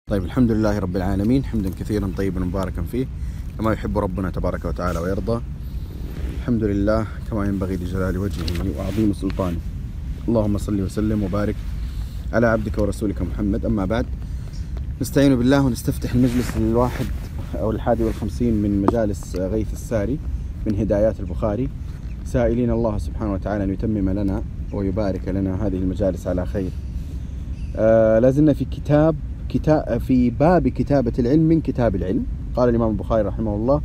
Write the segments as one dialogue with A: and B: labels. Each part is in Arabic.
A: طيب، الحمد لله رب العالمين حمدا كثيرا طيبا مباركا فيه كما يحب ربنا تبارك وتعالى ويرضى. الحمد لله كما ينبغي لجلال وجهه وعظيم سلطانه. اللهم صل وسلم وبارك على عبدك ورسولك محمد. أما بعد، نستعين بالله ونستفتح المجلس الواحد أو 51 من مجالس غيث الساري من هدايات البخاري، سائلين الله سبحانه وتعالى أن يتمم لنا ويبارك لنا هذه المجالس على خير. لازلنا في باب كتابة العلم من كتاب العلم. قال الإمام البخاري رحمه الله: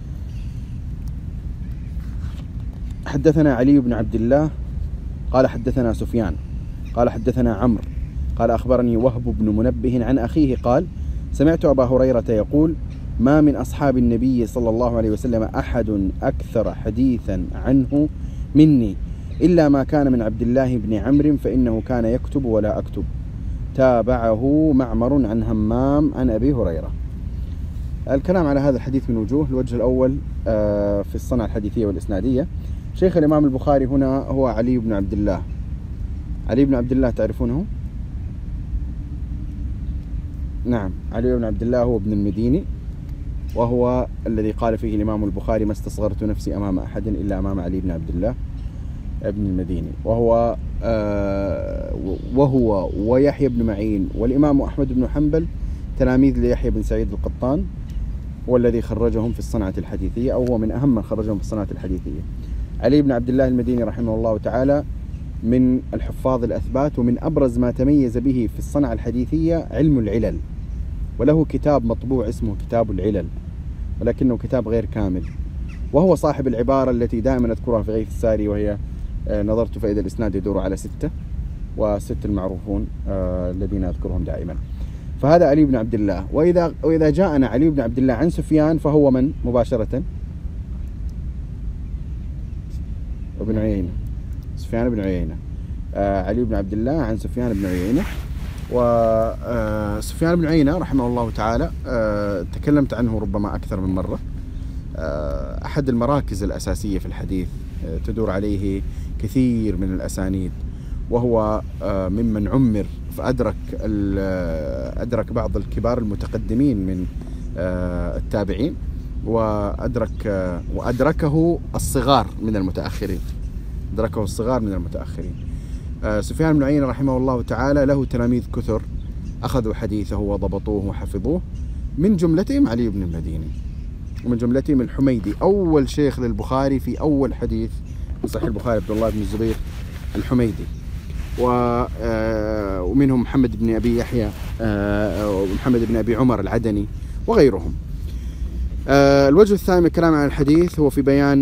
A: حدثنا علي بن عبد الله قال حدثنا سفيان قال حدثنا عمرو قال أخبرني وهب بن منبه عن أخيه قال: سمعت أبا هريرة يقول: ما من أصحاب النبي صلى الله عليه وسلم أحد أكثر حديثا عنه مني إلا ما كان من عبد الله بن عمرو فإنه كان يكتب ولا أكتب. تابعه معمر عن همام عن أبي هريرة. الكلام على هذا الحديث من وجوه. الوجه الأول في الصنعة الحديثية والإسنادية. شيخ الإمام البخاري هنا هو علي بن عبد الله. علي بن عبد الله تعرفونه؟ نعم، علي بن عبد الله هو ابن المديني، وهو الذي قال فيه الإمام البخاري: ما استصغرت نفسي أمام أحد إلا أمام علي بن عبد الله ابن المديني. وهو ويحيى بن معين والإمام أحمد بن حنبل تلاميذ ليحيى بن سعيد القطان، والذي خرجهم في الصنعة الحديثية، أو هو من أهم من خرجهم في الصنعة الحديثية. علي بن عبد الله المديني رحمه الله تعالى من الحفاظ الأثبات، ومن أبرز ما تميز به في الصنعة الحديثية علم العلل، وله كتاب مطبوع اسمه كتاب العلل، ولكنه كتاب غير كامل. وهو صاحب العبارة التي دائما أذكرها في غيث الساري، وهي: نظرت فإذا الإسناد يدور على 6 و6 المعروفون الذين أذكرهم دائما. فهذا علي بن عبد الله. وإذا جاءنا علي بن عبد الله عن سفيان فهو من مباشرة؟ ابن عيينة، سفيان بن عيينة. علي بن عبد الله عن سفيان بن عيينة. وسفيان بن عيينة رحمه الله تعالى تكلمت عنه ربما أكثر من مرة. أحد المراكز الأساسية في الحديث تدور عليه كثير من الأسانيد، وهو ممن عمر فأدرك بعض الكبار المتقدمين من التابعين، وأدركه الصغار من المتأخرين. سفيان بن عيينة رحمه الله تعالى له تلاميذ كثر أخذوا حديثه وضبطوه وحفظوه، من جملتهم علي بن المديني، ومن جملتهم الحميدي، أول شيخ للبخاري في أول حديث في صحيح البخاري عبد الله بن الزبير الحميدي. ومنهم محمد بن أبي يحيى ومحمد بن أبي عمر العدني وغيرهم. الوجه الثاني من الكلام عن الحديث هو في بيان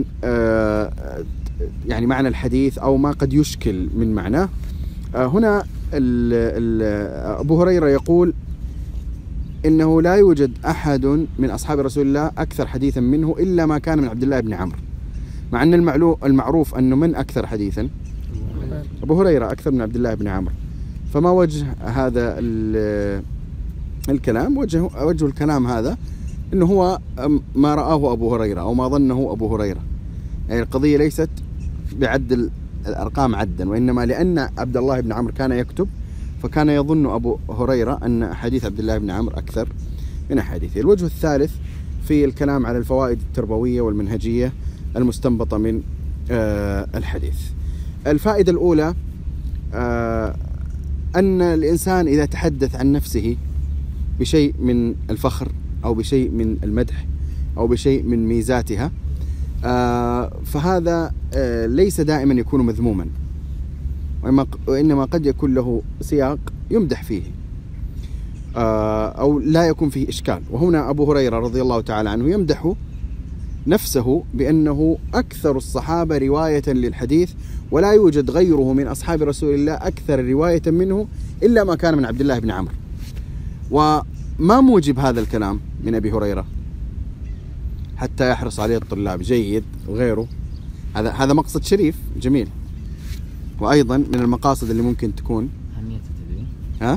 A: يعني معنى الحديث أو ما قد يشكل من معناه. هنا أبو هريرة يقول إنه لا يوجد أحد من أصحاب رسول الله أكثر حديثا منه إلا ما كان من عبد الله بن عمرو، مع أن المعروف أنه من أكثر حديثا؟ أبو هريرة أكثر من عبد الله بن عمرو. فما وجه هذا الكلام؟ وجه الكلام هذا إنه هو ما رآه أبو هريرة أو ما ظنه أبو هريرة. يعني القضية ليست بعد الأرقام عدا، وإنما لأن عبد الله بن عمرو كان يكتب، فكان يظن أبو هريرة أن حديث عبد الله بن عمرو أكثر من أحاديثه. الوجه الثالث في الكلام على الفوائد التربوية والمنهجية المستنبطة من الحديث. الفائدة الأولى أن الإنسان إذا تحدث عن نفسه بشيء من الفخر أو بشيء من المدح أو بشيء من ميزاتها، فهذا ليس دائما يكون مذموما، وإنما قد يكون له سياق يمدح فيه أو لا يكون فيه إشكال. وهنا أبو هريرة رضي الله تعالى عنه يمدح نفسه بأنه أكثر الصحابة رواية للحديث، ولا يوجد غيره من أصحاب رسول الله أكثر رواية منه إلا ما كان من عبد الله بن عمرو. وما موجب هذا الكلام من أبي هريرة حتى يحرص عليه الطلاب؟ جيد، وغيره. هذا مقصد شريف جميل. وأيضا من المقاصد اللي ممكن تكون
B: أهمية التدوين.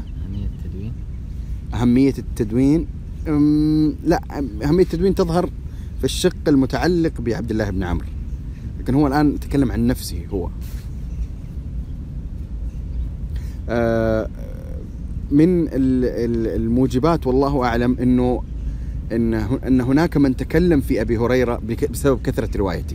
A: أهمية التدوين. لا، أهمية التدوين تظهر في الشق المتعلق بعبد الله بن عمرو، لكن هو الآن يتكلم عن نفسه هو. من الموجبات والله أعلم أن هناك من تكلم في أبي هريرة بسبب كثرة روايته.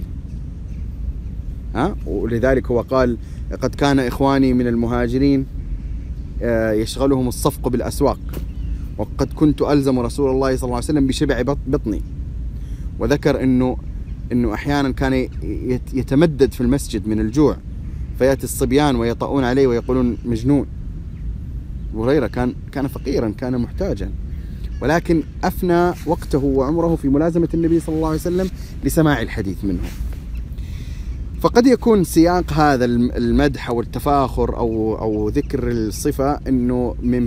A: ولذلك هو قال: قد كان إخواني من المهاجرين يشغلهم الصفق بالأسواق، وقد كنت ألزم رسول الله صلى الله عليه وسلم بشبع بطني. وذكر أنه أحيانا كان يتمدد في المسجد من الجوع، فيأتي الصبيان ويطؤون عليه ويقولون مجنون. أبو هريرة كان فقيرا، كان محتاجا، ولكن أفنى وقته وعمره في ملازمة النبي صلى الله عليه وسلم لسماع الحديث منه. فقد يكون سياق هذا المدح أو التفاخر أو ذكر الصفة أنه من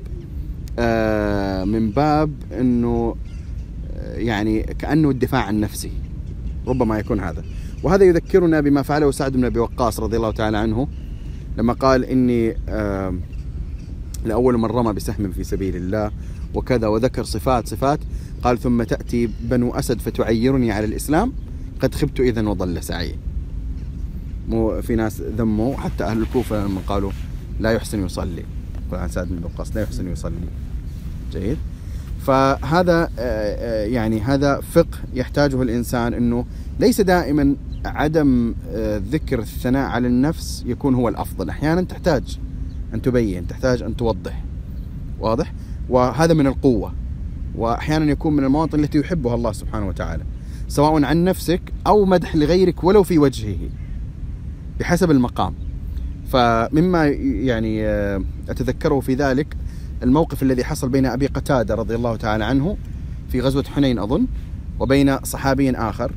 A: باب أنه يعني كأنه الدفاع عن نفسه، ربما يكون هذا. وهذا يذكرنا بما فعله سعد بن أبي وقاص رضي الله تعالى عنه لما قال: إني لأول من رمى بسهم في سبيل الله وكذا، وذكر صفات. قال: ثم تأتي بنو أسد فتعيرني على الإسلام، قد خبت إذن وضل سعي. في ناس ذموا حتى أهل الكوفة لما قالوا لا يحسن يصلي، قال عن سعد بن وقاص لا يحسن يصلي. جيد. فهذا يعني هذا فقه يحتاجه الإنسان، أنه ليس دائما عدم ذكر الثناء على النفس يكون هو الأفضل. أحيانا تحتاج أن تبين، تحتاج أن توضح، واضح؟ وهذا من القوة، وأحيانا يكون من المواطن التي يحبها الله سبحانه وتعالى، سواء عن نفسك أو مدح لغيرك ولو في وجهه بحسب المقام. فمما يعني أتذكره في ذلك الموقف الذي حصل بين أبي قتادة رضي الله تعالى عنه في غزوة حنين أظن، وبين صحابي آخر.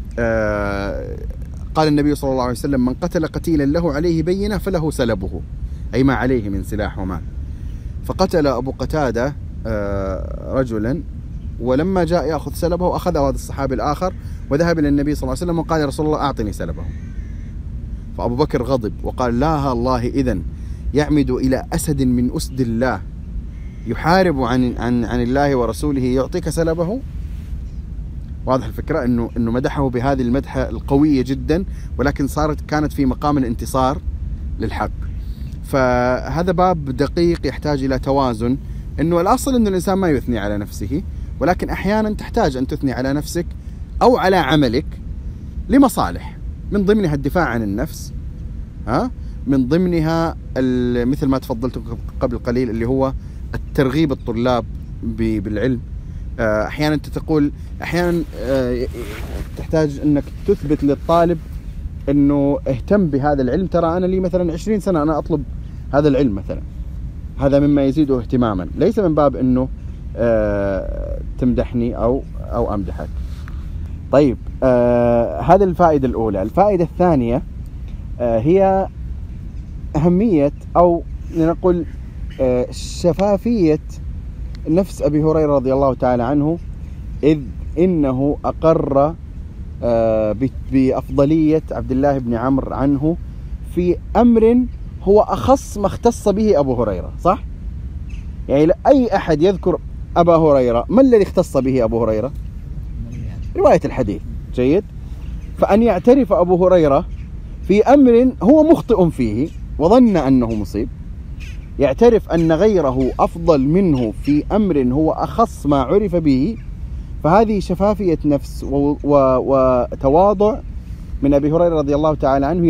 A: قال النبي صلى الله عليه وسلم: من قتل قتيلا له عليه بينة فله سلبه، أي ما عليه من سلاح ومال. فقتل أبو قتادة رجلا، ولما جاء يأخذ سلبه أخذ هذا الصحابي الآخر وذهب إلى النبي صلى الله عليه وسلم وقال: يا رسول الله أعطني سلبه. فأبو بكر غضب وقال: لا الله إذن يعمد إلى أسد من أسد الله يحارب عن الله ورسوله يعطيك سلبه. واضح الفكرة، إنه مدحه بهذه المدحة القوية جدا، ولكن كانت في مقام الانتصار للحق. فهذا باب دقيق يحتاج إلى توازن، إنه الأصل إنه الإنسان ما يثني على نفسه، ولكن أحيانا تحتاج أن تثني على نفسك أو على عملك لمصالح، من ضمنها الدفاع عن النفس، من ضمنها مثل ما تفضلت قبل قليل اللي هو الترغيب الطلاب بالعلم. أحيانا تقول أحيانا تحتاج أنك تثبت للطالب أنه اهتم بهذا العلم. ترى أنا لي مثلا 20 سنة أنا أطلب هذا العلم مثلا، هذا مما يزيده اهتماما، ليس من باب أنه تمدحني أو أمدحك. طيب، هذه الفائدة الأولى. الفائدة الثانية هي أهمية أو لنقول شفافية نفس أبي هريرة رضي الله تعالى عنه، إذ إنه أقر بأفضلية عبد الله بن عمرو عنه في أمر هو أخص ما اختص به أبو هريرة، صح؟ يعني أي أحد يذكر أبا هريرة، ما الذي اختص به أبو هريرة؟ رواية الحديث. جيد. فأن يعترف أبو هريرة في أمر هو مخطئ فيه وظن أنه مصيب، يعترف أن غيره أفضل منه في أمر هو أخص ما عرف به، فهذه شفافية نفس وتواضع من أبي هريرة رضي الله تعالى عنه،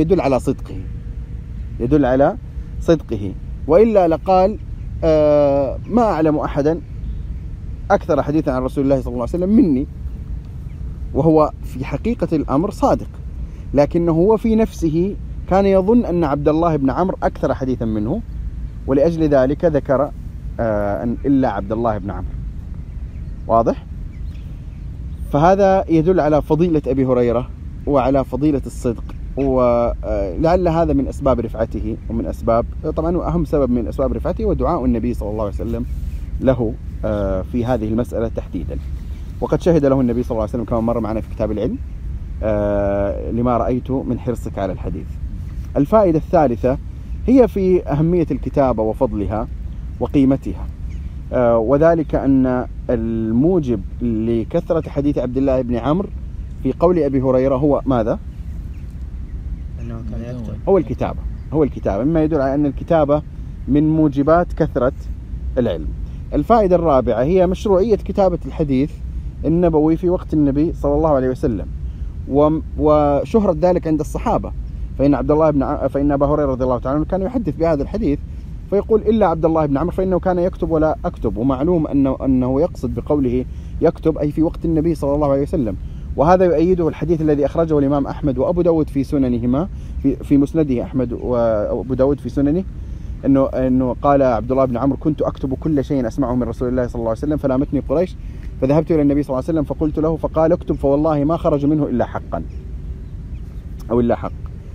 A: يدل على صدقه. وإلا لقال ما أعلم أحدا أكثر حديثا عن رسول الله صلى الله عليه وسلم مني، وهو في حقيقة الأمر صادق، لكنه هو في نفسه كان يظن أن عبد الله بن عمرو أكثر حديثا منه، ولأجل ذلك ذكر أن إلا عبد الله بن عمرو. واضح؟ فهذا يدل على فضيلة أبي هريرة وعلى فضيلة الصدق، ولعل هذا من أسباب رفعته، ومن أسباب طبعا أهم سبب من أسباب رفعته ودعاء النبي صلى الله عليه وسلم له في هذه المسألة تحديدا. وقد شهد له النبي صلى الله عليه وسلم كما مر معنا في كتاب العلم لما رأيت من حرصك على الحديث. الفائدة الثالثة هي في أهمية الكتابة وفضلها وقيمتها، وذلك أن الموجب لكثرة حديث عبد الله بن عمرو في قول أبي هريرة هو ماذا؟
B: أنه كان يكتب.
A: هو الكتابة، مما يدل على أن الكتابة من موجبات كثرة العلم. الفائدة الرابعة هي مشروعية كتابة الحديث النبوي في وقت النبي صلى الله عليه وسلم، وشهرة ذلك عند الصحابة. فإن فإن أبا هريرة رضي الله تعالى عنه كان يحدث بهذا الحديث فيقول إلا عبد الله بن عمرو فإنه كان يكتب ولا أكتب. ومعلوم أنه يقصد بقوله يكتب أي في وقت النبي صلى الله عليه وسلم. وهذا يؤيده الحديث الذي أخرجه الإمام أحمد وأبو داود في سننهما، في مسنده أحمد وأبو داود في سننه، إنه قال عبد الله بن عمرو كنت أكتب كل شيء أسمعه من رسول الله صلى الله عليه وسلم فلامتني قريش فذهبت إلى النبي صلى الله عليه وسلم فقلت له فقال اكتب فوالله ما خرج منه إلا حقا أو إلا حق.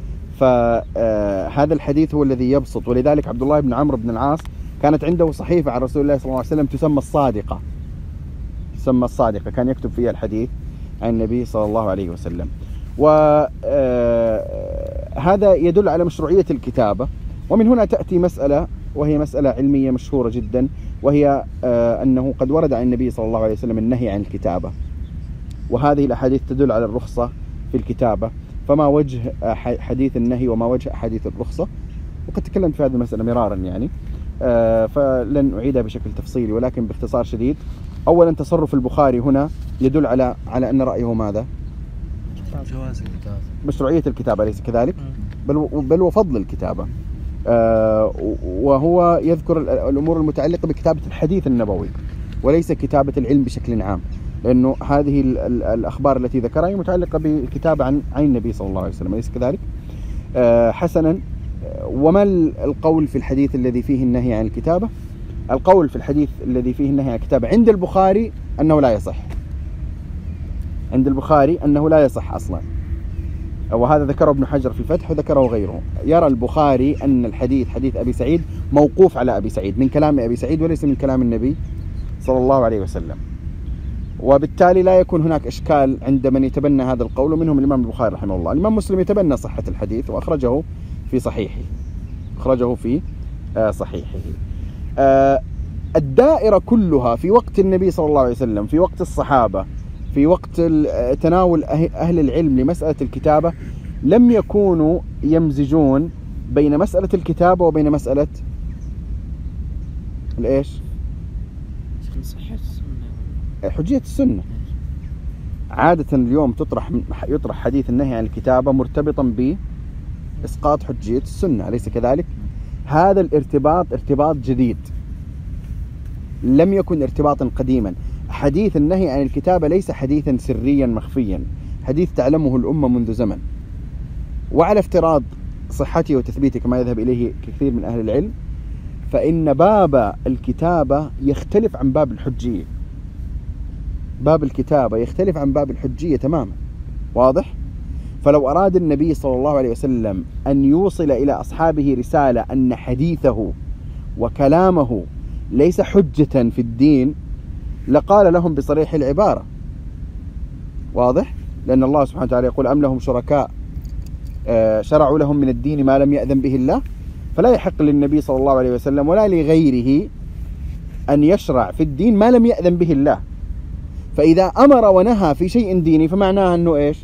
A: فهذا الحديث هو الذي يبسط. ولذلك عبد الله بن عمرو بن العاص كانت عنده صحيفة عن رسول الله صلى الله عليه وسلم تسمى الصادقة، كان يكتب فيها الحديث عن النبي صلى الله عليه وسلم. وهذا يدل على مشروعية الكتابة. ومن هنا تأتي مسألة وهي مسألة علمية مشهورة جدا، وهي أنه قد ورد عن النبي صلى الله عليه وسلم النهي عن الكتابة، وهذه الأحاديث تدل على الرخصة في الكتابة. فما وجه حديث النهي وما وجه أحاديث الرخصة؟ وقد تكلمت في هذه المسألة مرارا يعني، فلن أعيدها بشكل تفصيلي، ولكن باختصار شديد. أولا تصرف البخاري هنا يدل على أن رأيه ماذا؟
B: جواز الكتابة،
A: مشروعية الكتابة، أليس كذلك؟ بل وفضل الكتابة. وهو يذكر الأمور المتعلقة بكتابة الحديث النبوي وليس كتابة العلم بشكل عام، لأنه هذه الأخبار التي ذكرها هي متعلقة بالكتابة عن النبي صلى الله عليه وسلم، أليس كذلك؟ حسنا. وما القول في الحديث الذي فيه النهي عن الكتابة؟ القول في الحديث الذي فيه النهي عن الكتابة عند البخاري أنه لا يصح، عند البخاري أنه لا يصح أصلا، وهذا ذكره ابن حجر في الفتح وذكره غيره. يرى البخاري أن الحديث حديث أبي سعيد موقوف على أبي سعيد، من كلام أبي سعيد وليس من كلام النبي صلى الله عليه وسلم، وبالتالي لا يكون هناك إشكال عند من يتبنى هذا القول، ومنهم الإمام البخاري رحمه الله. الإمام مسلم يتبنى صحة الحديث وأخرجه في صحيحه، الدائرة كلها في وقت النبي صلى الله عليه وسلم، في وقت الصحابة، في وقت تناول أهل العلم لمسألة الكتابة، لم يكونوا يمزجون بين مسألة الكتابة وبين مسألة الإيش؟ حجية السنة. عادة اليوم يطرح حديث النهي عن الكتابة مرتبطا بإسقاط حجية السنة، أليس كذلك؟ هذا الارتباط ارتباط جديد، لم يكن ارتباطا قديما. حديث النهي عن الكتابة ليس حديثا سريا مخفيا، حديث تعلمه الأمة منذ زمن، وعلى افتراض صحته وتثبيته كما يذهب إليه كثير من أهل العلم، فإن باب الكتابة يختلف عن باب الحجية. باب الكتابة يختلف عن باب الحجية تماما، واضح؟ فلو أراد النبي صلى الله عليه وسلم أن يوصل إلى أصحابه رسالة أن حديثه وكلامه ليس حجة في الدين لقال لهم بصريح العبارة، واضح؟ لأن الله سبحانه وتعالى يقول أم لهم شركاء شرعوا لهم من الدين ما لم يأذن به الله. فلا يحق للنبي صلى الله عليه وسلم ولا لغيره أن يشرع في الدين ما لم يأذن به الله. فإذا أمر ونهى في شيء ديني فمعناها أنه إيش؟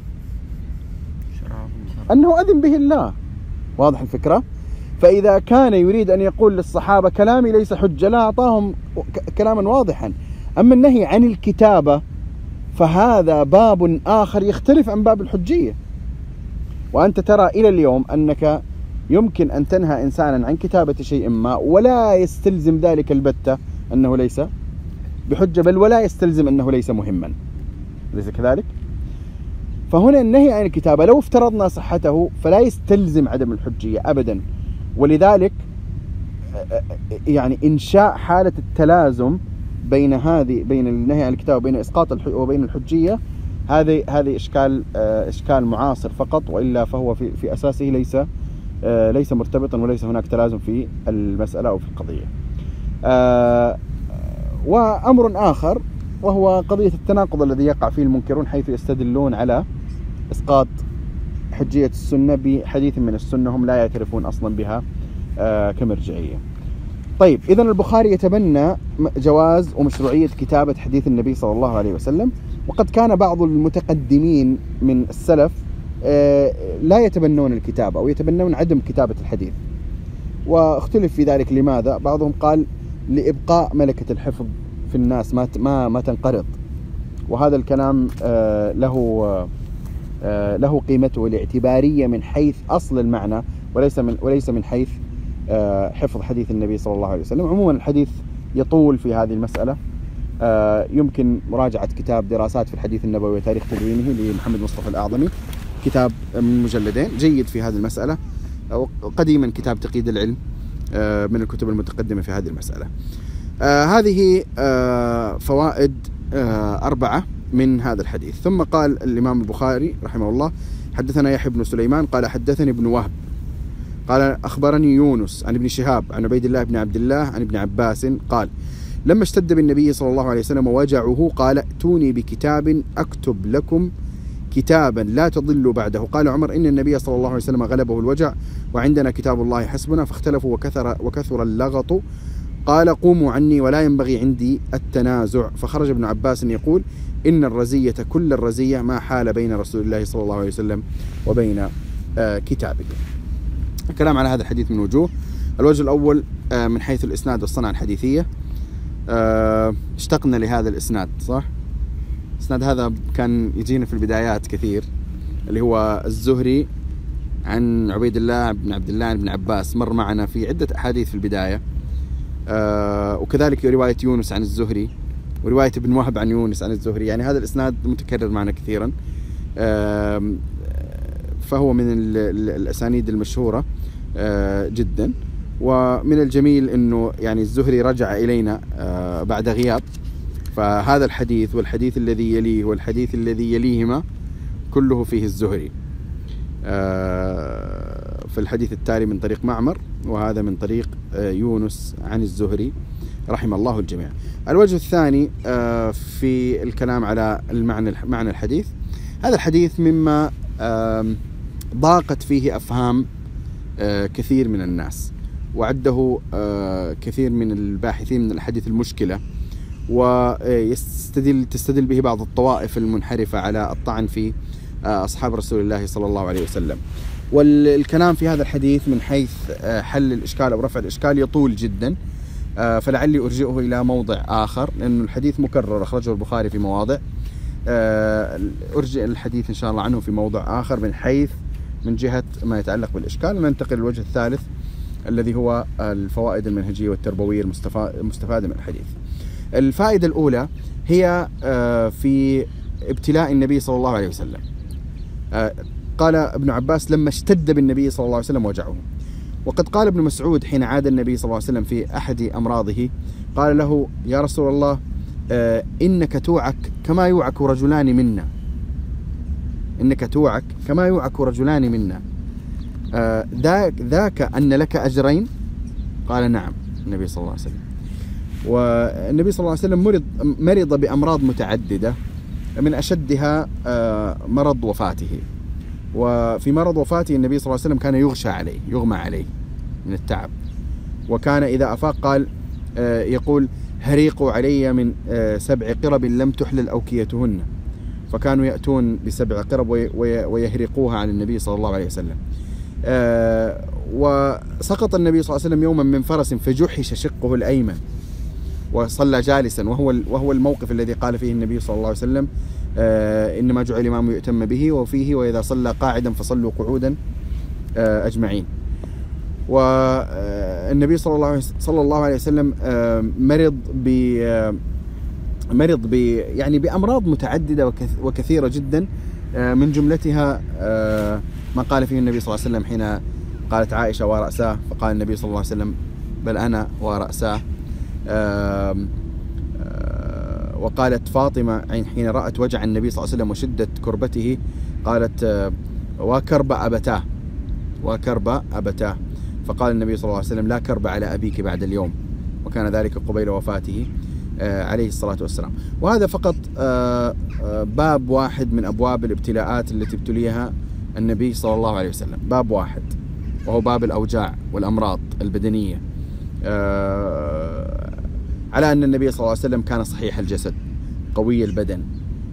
A: أنه أذن به الله، واضح الفكرة؟ فإذا كان يريد أن يقول للصحابة كلامي ليس حجة، لا أعطاهم كلاما واضحا. أما النهي عن الكتابة فهذا باب آخر يختلف عن باب الحجية. وأنت ترى إلى اليوم أنك يمكن أن تنهى إنسانا عن كتابة شيء ما ولا يستلزم ذلك البتة أنه ليس بحجة، بل ولا يستلزم أنه ليس مهما، ليس كذلك؟ فهنا النهي عن الكتابة لو افترضنا صحته فلا يستلزم عدم الحجية أبدا. ولذلك يعني إنشاء حالة التلازم بين النهي عن الكتابة وبين إسقاط وبين الحجية، هذه إشكال معاصر فقط، وإلا فهو في أساسه ليس مرتبطا وليس هناك تلازم في المسألة أو في القضية. وأمر آخر وهو قضية التناقض الذي يقع فيه المنكرون، حيث يستدلون على إسقاط حجية السنة بحديث من السنة هم لا يعترفون أصلا بها كمرجعية. طيب، إذن البخاري يتبنى جواز ومشروعية كتابة حديث النبي صلى الله عليه وسلم، وقد كان بعض المتقدمين من السلف لا يتبنون الكتابة أو يتبنون عدم كتابة الحديث، واختلف في ذلك لماذا. بعضهم قال لإبقاء ملكة الحفظ في الناس ما تنقرض. وهذا الكلام له قيمته الاعتبارية من حيث أصل المعنى، وليس من حيث حفظ حديث النبي صلى الله عليه وسلم. عموما الحديث يطول في هذه المسألة، يمكن مراجعة كتاب دراسات في الحديث النبوي وتاريخ تدوينه لمحمد مصطفى الأعظمي، كتاب من مجلدين جيد في هذه المسألة، قديما كتاب تقييد العلم من الكتب المتقدمة في هذه المسألة. هذه فوائد 4 من هذا الحديث. ثم قال الإمام البخاري رحمه الله: حدثنا يحيى بن سليمان قال حدثني ابن وهب قال أخبرني يونس عن ابن شهاب عن عبيد الله بن عبد الله عن ابن عباس قال: لما اشتد بالنبي صلى الله عليه وسلم وجعه قال: ائتوني بكتاب أكتب لكم كتابا لا تضلوا بعده. قال عمر: إن النبي صلى الله عليه وسلم غلبه الوجع وعندنا كتاب الله حسبنا. فاختلفوا وكثر اللغط. قال: قوموا عني ولا ينبغي عندي التنازع. فخرج ابن عباس يقول: إن الرزية كل الرزية ما حال بين رسول الله صلى الله عليه وسلم وبين كتابه. الكلام على هذا الحديث من وجوه. الوجه الأول من حيث الإسناد والصنعة الحديثية. اشتقنا لهذا الإسناد، صح؟ الإسناد هذا كان يجينا في البدايات كثير، اللي هو الزهري عن عبيد الله بن عبد الله بن عباس، مر معنا في عدة أحاديث في البداية. وكذلك رواية يونس عن الزهري، ورواية ابن وهب عن يونس عن الزهري. يعني هذا الإسناد متكرر معنا كثيرا، فهو من الأسانيد المشهورة جدا. ومن الجميل أنه يعني الزهري رجع إلينا بعد غياب، فهذا الحديث والحديث الذي يليه والحديث الذي يليهما كله فيه الزهري. في الحديث التالي من طريق معمر، وهذا من طريق يونس عن الزهري رحم الله الجميع. الوجه الثاني في الكلام على معنى الحديث. هذا الحديث مما ضاقت فيه أفهام كثير من الناس، وعده كثير من الباحثين من الحديث المشكلة، وتستدل به بعض الطوائف المنحرفة على الطعن في أصحاب رسول الله صلى الله عليه وسلم. والكلام في هذا الحديث من حيث حل الإشكال أو رفع الإشكال يطول جدا، فلعلي أرجئه إلى موضع آخر، لأن الحديث مكرر أخرجه البخاري في مواضع. أرجئ الحديث إن شاء الله عنه في موضع آخر من جهة ما يتعلق بالإشكال. وننتقل للوجه الثالث الذي هو الفوائد المنهجية والتربوية المستفادة من الحديث. الفائدة الأولى هي في ابتلاء النبي صلى الله عليه وسلم. قال ابن عباس: لما اشتد بالنبي صلى الله عليه وسلم وجعه. وقد قال ابن مسعود حين عاد النبي صلى الله عليه وسلم في أحد أمراضه، قال له: يا رسول الله، إنك توعك كما يوعك رجلان منا، إنك توعك كما يوعك رجلان منا، ذاك أن لك أجرين؟ قال: نعم. النبي صلى الله عليه وسلم. والنبي صلى الله عليه وسلم مرض بأمراض متعددة، من أشدها مرض وفاته. وفي مرض وفاته النبي صلى الله عليه وسلم كان يغمى عليه من التعب، وكان إذا أفاق قال يقول: هريقوا علي من 7 قرب لم تحلل أوكيتهن. فكانوا يأتون ب7 قرب ويهرقوها على النبي صلى الله عليه وسلم. وسقط النبي صلى الله عليه وسلم يوما من فرس فجحش شقه الأيمن وصلى جالسا، وهو الموقف الذي قال فيه النبي صلى الله عليه وسلم: إنما جعل الإمام يؤتم به، وفيه: وإذا صلى قاعدا فصلوا قعودا أجمعين. والنبي صلى الله عليه وسلم مرض يعني بأمراض متعددة وكثيرة جدا، من جملتها ما قال فيه النبي صلى الله عليه وسلم حين قالت عائشة: ورأساه، فقال النبي صلى الله عليه وسلم: بل أنا ورأساه. وقالت فاطمة حين رأت وجع النبي صلى الله عليه وسلم وشدة كربته، قالت: وكرب أبتاه. فقال النبي صلى الله عليه وسلم: لا كرب على أبيك بعد اليوم. وكان ذلك قبيل وفاته عليه الصلاة والسلام. وهذا فقط باب واحد من أبواب الابتلاءات التي ابتليها النبي صلى الله عليه وسلم، باب واحد، وهو باب الأوجاع والأمراض البدنية. على أن النبي صلى الله عليه وسلم كان صحيح الجسد قوي البدن،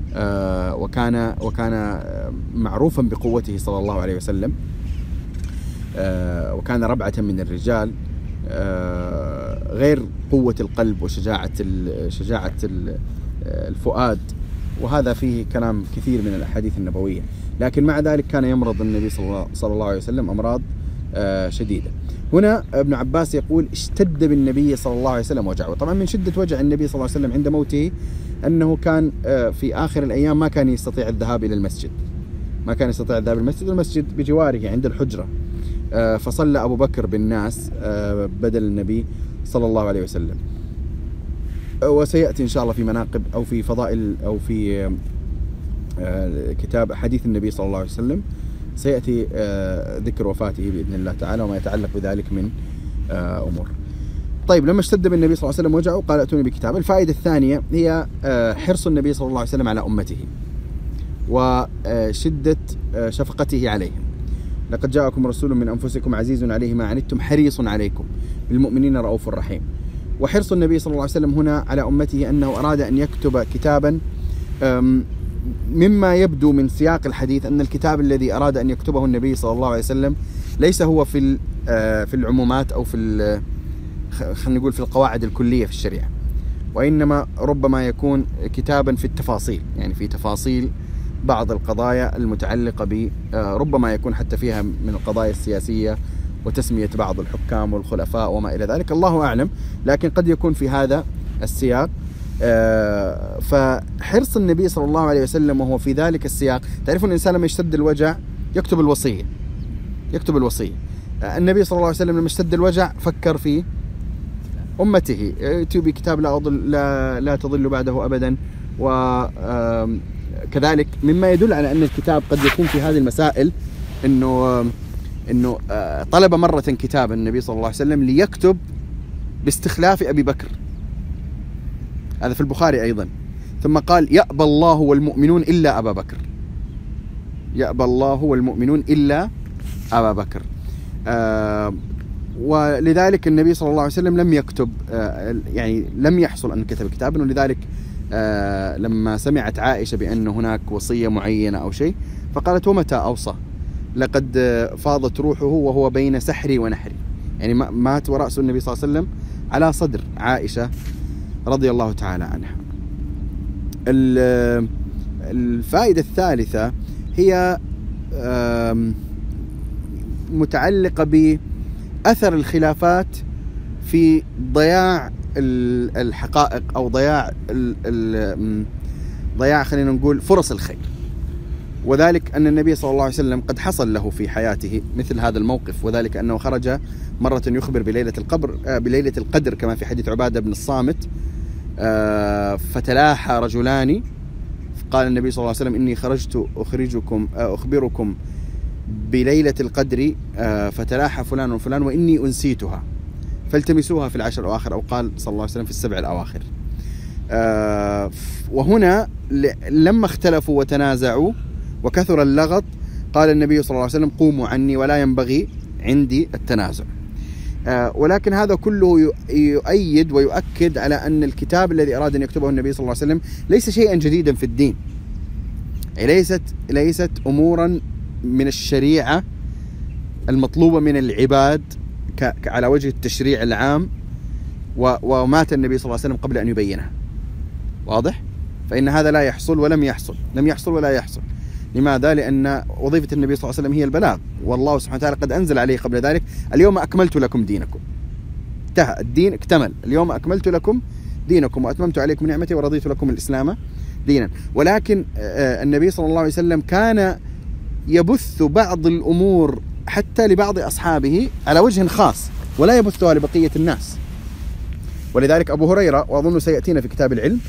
A: وكان معروفا بقوته صلى الله عليه وسلم، وكان ربعة من الرجال، غير قوة القلب وشجاعة الفؤاد، وهذا فيه كلام كثير من الأحاديث النبوية. لكن مع ذلك كان يمرض النبي صلى الله عليه وسلم أمراض شديدة. هنا ابن عباس يقول اشتد بالنبي صلى الله عليه وسلم وجعه. طبعا من شدة وجع النبي صلى الله عليه وسلم عند موته أنه كان في آخر الأيام ما كان يستطيع الذهاب إلى المسجد، والمسجد بجواره عند الحجرة، فصلى أبو بكر بالناس بدل النبي صلى الله عليه وسلم. وسيأتي إن شاء الله في مناقب أو في فضائل أو في كتاب حديث النبي صلى الله عليه وسلم سيأتي ذكر وفاته بإذن الله تعالى وما يتعلق بذلك من أمور. طيب، لما اشتد بالنبي صلى الله عليه وسلم وجعه قال ائتوني بكتاب. الفائدة الثانية هي حرص النبي صلى الله عليه وسلم على أمته وشدة شفقته عليهم. لقد جاءكم رسول من أنفسكم عزيز عليه ما عنتم حريص عليكم بالمؤمنين رؤوف رحيم. وحرص النبي صلى الله عليه وسلم هنا على أمته أنه أراد أن يكتب كتابا، مما يبدو من سياق الحديث أن الكتاب الذي أراد أن يكتبه النبي صلى الله عليه وسلم ليس هو في العمومات أو خلينا نقول في القواعد الكلية في الشريعة، وإنما ربما يكون كتابا في التفاصيل، يعني في تفاصيل بعض القضايا المتعلقة ربما يكون حتى فيها من القضايا السياسية وتسمية بعض الحكام والخلفاء وما إلى ذلك، الله أعلم، لكن قد يكون في هذا السياق. فحرص النبي صلى الله عليه وسلم وهو في ذلك السياق، تعرفون الإنسان لما يشتد الوجع يكتب الوصية. النبي صلى الله عليه وسلم لما اشتد الوجع فكر في أمته، ائتوا بكتاب لا تضل بعده أبدا. وكذلك مما يدل على أن الكتاب قد يكون في هذه المسائل إنه طلب مرة كتاب النبي صلى الله عليه وسلم ليكتب باستخلاف أبي بكر، هذا في البخاري أيضا، ثم قال يأبى الله والمؤمنون إلا أبا بكر، ولذلك النبي صلى الله عليه وسلم لم يكتب، يعني لم يحصل أن كتب كتابا. ولذلك لما سمعت عائشة بأن هناك وصية معينة أو شيء فقالت ومتى أوصى؟ لقد فاضت روحه وهو بين سحري ونحري، يعني مات ورأس النبي صلى الله عليه وسلم على صدر عائشة رضي الله تعالى عنها. الفائدة الثالثة هي متعلقة بأثر الخلافات في ضياع الحقائق أو ضياع خلينا نقول فرص الخير. وذلك أن النبي صلى الله عليه وسلم قد حصل له في حياته مثل هذا الموقف، وذلك أنه خرج مرة يخبر بليلة القدر كما في حديث عبادة بن الصامت، فتلاحى رجلان، قال النبي صلى الله عليه وسلم إني خرجت أخبركم بليلة القدر فتلاحى فلان وفلان وإني أنسيتها فالتمسوها في العشر الأواخر، أو قال صلى الله عليه وسلم في السبع الأواخر. وهنا لما اختلفوا وتنازعوا وكثر اللغط قال النبي صلى الله عليه وسلم قوموا عني ولا ينبغي عندي التنازع. ولكن هذا كله يؤيد ويؤكد على أن الكتاب الذي أراد أن يكتبه النبي صلى الله عليه وسلم ليس شيئا جديدا في الدين، ليست أمورا من الشريعة المطلوبة من العباد على وجه التشريع العام، ومات النبي صلى الله عليه وسلم قبل أن يبينها. واضح؟ فإن هذا لا يحصل ولم يحصل، لم يحصل ولا يحصل. لماذا؟ لأن وظيفة النبي صلى الله عليه وسلم هي البلاغ، والله سبحانه وتعالى قد أنزل عليه قبل ذلك اليوم أكملت لكم دينكم، انتهى الدين اكتمل، اليوم أكملت لكم دينكم وأتممت عليكم نعمتي ورضيت لكم الإسلام دينا. ولكن النبي صلى الله عليه وسلم كان يبث بعض الأمور حتى لبعض أصحابه على وجه خاص ولا يبثها لبقية الناس. ولذلك أبو هريرة، وأظن سيأتينا في كتاب العلم،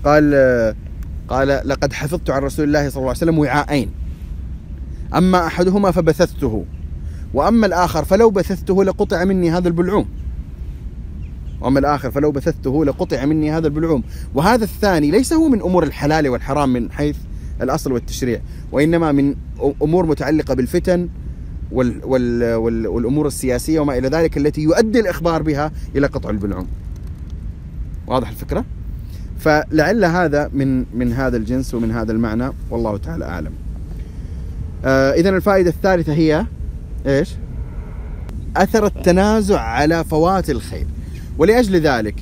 A: قال لقد حفظت عن رسول الله صلى الله عليه وسلم وعاءين، أما أحدهما فبثثته وأما الآخر فلو بثثته لقطع مني هذا البلعوم. وهذا الثاني ليس هو من أمور الحلال والحرام من حيث الأصل والتشريع، وإنما من أمور متعلقة بالفتن والأمور السياسية وما إلى ذلك التي يؤدي الإخبار بها إلى قطع البلعوم. واضح الفكرة؟ فلعل هذا من هذا الجنس ومن هذا المعنى، والله تعالى أعلم. إذن الفائدة الثالثة هي إيش؟ أثر التنازع على فوات الخير. ولأجل ذلك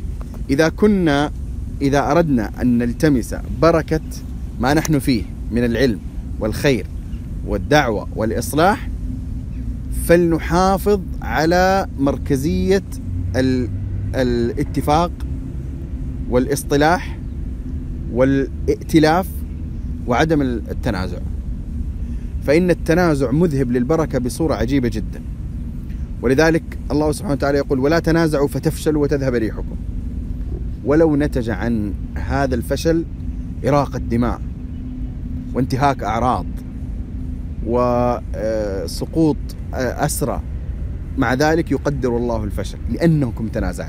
A: إذا أردنا أن نلتمس بركة ما نحن فيه من العلم والخير والدعوة والإصلاح، فلنحافظ على مركزية الاتفاق والاصطلاح والائتلاف وعدم التنازع، فإن التنازع مذهب للبركة بصورة عجيبة جدا. ولذلك الله سبحانه وتعالى يقول: ولا تنازعوا فتفشلوا وتذهب ريحكم. ولو نتج عن هذا الفشل إراقة دماء وانتهاك أعراض وسقوط أسرى، مع ذلك يقدر الله الفشل لأنكم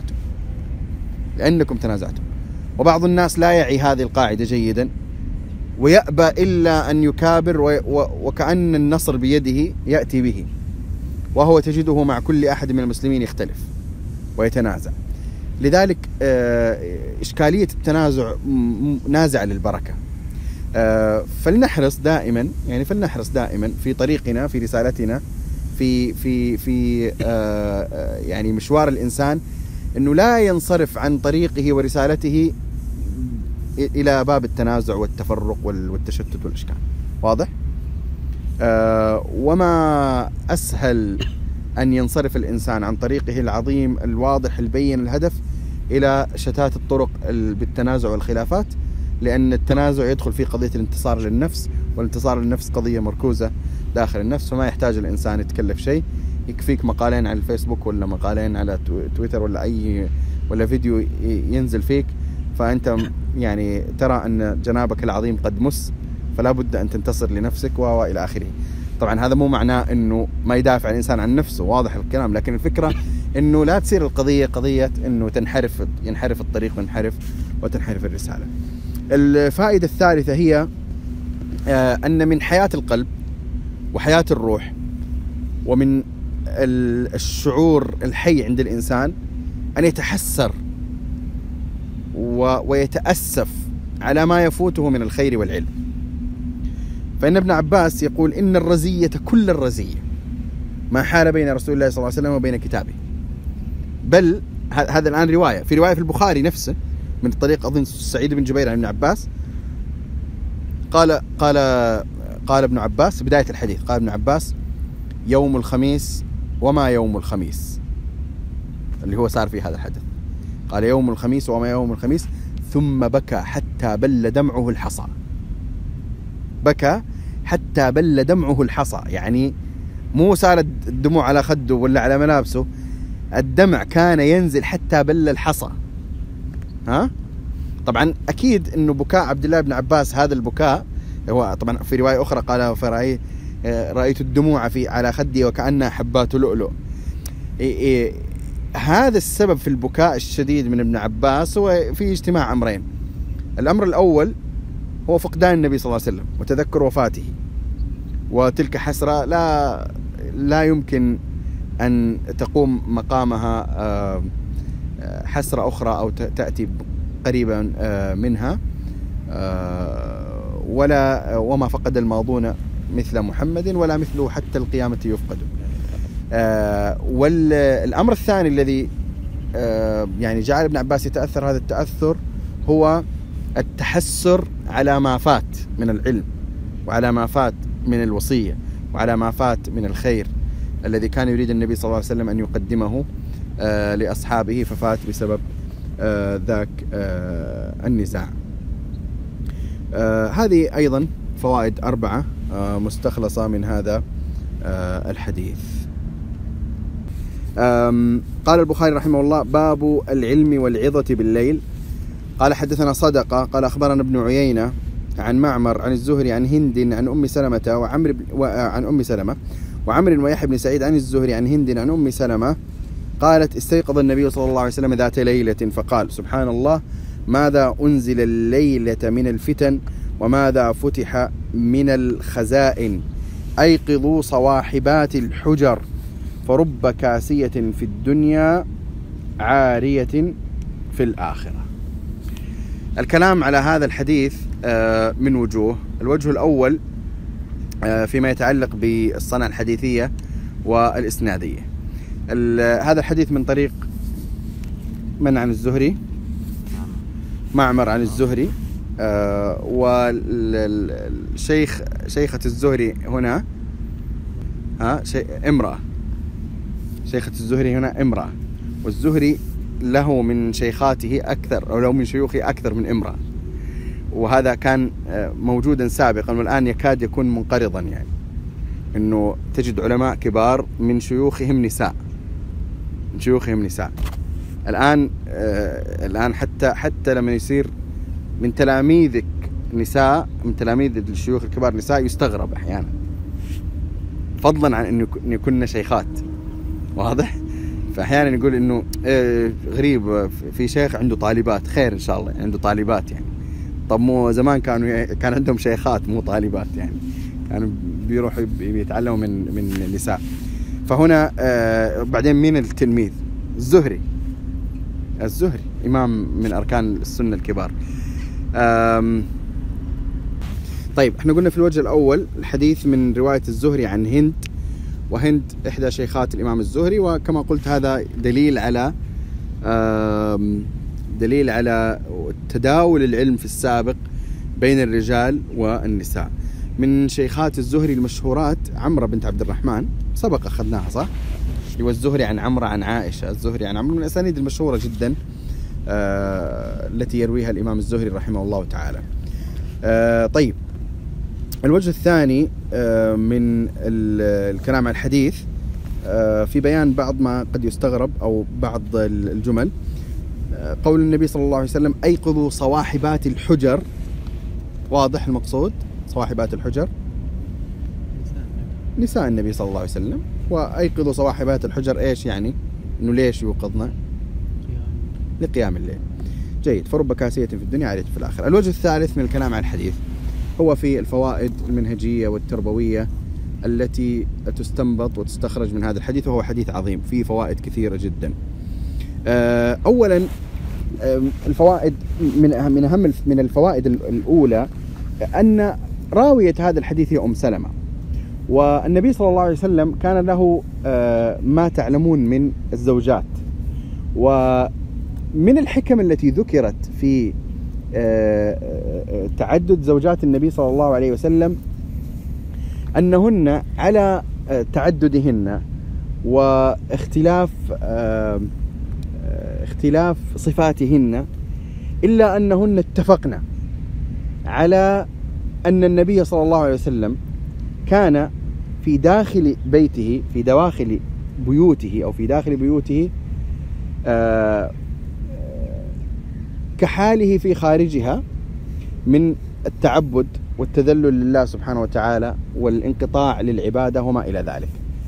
A: تنازعتم. وبعض الناس لا يعي هذه القاعدة جيدا ويأبى إلا أن يكابر وكأن النصر بيده يأتي به، وهو تجده مع كل أحد من المسلمين يختلف ويتنازع. لذلك إشكالية التنازع نازعة للبركة. فلنحرص دائما في طريقنا، في رسالتنا، في يعني مشوار الإنسان، أنه لا ينصرف عن طريقه ورسالته إلى باب التنازع والتفرق والتشتت والإشكال. واضح؟ وما أسهل أن ينصرف الإنسان عن طريقه العظيم الواضح البين الهدف إلى شتات الطرق بالتنازع والخلافات، لأن التنازع يدخل في قضية الانتصار للنفس، والانتصار للنفس قضية مركوزة داخل النفس، فما يحتاج الإنسان يتكلف شيء. يكفيك مقالين على الفيسبوك ولا مقالين على تويتر ولا فيديو ينزل فيك، فأنت يعني ترى أن جنابك العظيم قد مس، فلا بد أن تنتصر لنفسك وإلى آخره. طبعا هذا مو معناه أنه ما يدافع الإنسان عن نفسه، واضح الكلام، لكن الفكرة أنه لا تصير القضية قضية أنه ينحرف الطريق وتنحرف الرسالة. الفائدة الثالثة هي أن من حياة القلب وحياة الروح ومن الشعور الحي عند الإنسان أن يتحسر ويتأسف على ما يفوته من الخير والعلم. فإن ابن عباس يقول: إن الرزية كل الرزية ما حال بين رسول الله صلى الله عليه وسلم وبين كتابه. بل هذا الآن رواية في البخاري نفسه من طريق أظن سعيد بن جبير عن ابن عباس، قال ابن عباس بداية الحديث، قال ابن عباس: يوم الخميس وما يوم الخميس، اللي هو صار في هذا الحدث. قال: يوم الخميس وما يوم الخميس، ثم بكى حتى بل دمعه الحصى. بكى حتى بل دمعه الحصى، يعني مو صارت الدموع على خده ولا على ملابسه، الدمع كان ينزل حتى بل الحصى. طبعا أكيد أنه بكاء عبد الله بن عباس، هذا البكاء هو طبعا في رواية أخرى قال: رأيت الدموع على خدي وكأنها حبات لؤلؤ. هذا السبب في البكاء الشديد من ابن عباس هو في اجتماع أمرين. الأمر الأول هو فقدان النبي صلى الله عليه وسلم وتذكر وفاته، وتلك حسرة لا يمكن أن تقوم مقامها حسرة أخرى أو تأتي قريبا منها، وما فقد الماضون مثل محمد ولا مثله حتى القيامة يفقد. والأمر الثاني الذي يعني جعل ابن عباس يتأثر هذا التأثر هو التحسر على ما فات من العلم، وعلى ما فات من الوصية، وعلى ما فات من الخير الذي كان يريد النبي صلى الله عليه وسلم أن يقدمه لأصحابه، ففات بسبب ذاك النزاع. هذه أيضا فوائد 4 مستخلصة من هذا الحديث. قال البخاري رحمه الله: باب العلم والعظة بالليل. قال: حدثنا صدقة قال: أخبرنا ابن عيينة عن معمر عن الزهري عن هند عن أم سلمة وعمر ويحيى بن سعيد عن الزهري عن هند عن أم سلمة قالت: استيقظ النبي صلى الله عليه وسلم ذات ليلة فقال: سبحان الله، ماذا أنزل الليلة من الفتن وماذا فتح من الخزائن، أيقظوا صواحبات الحجر، فرب كاسية في الدنيا عارية في الآخرة. الكلام على هذا الحديث من وجوه. الوجه الأول فيما يتعلق بالصنعة الحديثية والإسنادية. هذا الحديث من طريق من عن الزهري؟ معمر عن الزهري. شيخة الزهري هنا امرأة. شيخة الزهري هنا امرأة، والزهري له من شيخاته أكثر، أو له من شيوخه أكثر من امرأة، وهذا كان موجودا سابقا والآن يكاد يكون منقرضا، يعني إنه تجد علماء كبار من شيوخهم نساء، من شيوخهم نساء. الآن حتى لما يصير من تلاميذك نساء، من تلاميذ الشيوخ الكبار نساء، يستغرب أحيانا، فضلا عن أن يكون شيخات. واضح؟ فأحيانا يقول إنه غريب في شيخ عنده طالبات، خير إن شاء الله عنده طالبات يعني. طب مو زمان كان عندهم شيخات مو طالبات، يعني كانوا بيروحوا بيتعلموا من النساء. فهنا بعدين مين التلميذ؟ الزهري إمام من أركان السنة الكبار. طيب احنا قلنا في الوجه الأول الحديث من رواية الزهري عن هند، وهند إحدى شيخات الإمام الزهري، وكما قلت هذا دليل على تداول العلم في السابق بين الرجال والنساء. من شيخات الزهري المشهورات عمرة بنت عبد الرحمن، سبق أخذناها صح؟ والزهري عن عمرة عن عائشة، الزهري عن عمرة من الأسانيد المشهورة جدا التي يرويها الإمام الزهري رحمه الله تعالى. طيب الوجه الثاني من الكلام عن الحديث في بيان بعض ما قد يستغرب أو بعض الجمل. قول النبي صلى الله عليه وسلم: أيقظوا صواحبات الحجر. واضح المقصود؟ صواحبات الحجر نساء النبي صلى الله عليه وسلم. وأيقظوا صواحبات الحجر إيش يعني؟ إنه ليش يوقظنا؟ لقيام الليل. جيد. فرب كاسية في الدنيا عارية في الآخرة. الوجه الثالث من الكلام عن الحديث هو في الفوائد المنهجية والتربوية التي تستنبط وتستخرج من هذا الحديث، وهو حديث عظيم فيه فوائد كثيرة جدا. أولا الفوائد من أهم من الفوائد الأولى أن راوية هذا الحديث هي أم سلمة، والنبي صلى الله عليه وسلم كان له ما تعلمون من الزوجات. ومن الحكم التي ذكرت في تعدد زوجات النبي صلى الله عليه وسلم أنهن على تعددهن واختلاف صفاتهن، إلا أنهن اتفقن على أن النبي صلى الله عليه وسلم كان في داخل بيته، في دواخل بيوته أو في داخل بيوته كحاله في خارجها من التعبد والتذلل لله سبحانه وتعالى والانقطاع للعبادة وما إلى ذلك.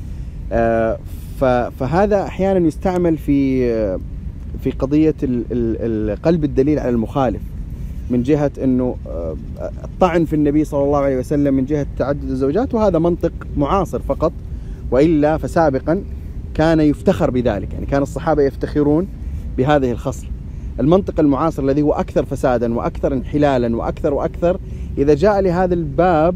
A: فهذا أحيانا يستعمل في قضية قلب الدليل على المخالف، من جهة أنه الطعن في النبي صلى الله عليه وسلم من جهة تعدد الزوجات، وهذا منطق معاصر فقط، وإلا فسابقا كان يفتخر بذلك، يعني كان الصحابة يفتخرون بهذه الخصلة. المنطق المعاصر الذي هو أكثر فسادا وأكثر انحلالا وأكثر إذا جاء لهذا الباب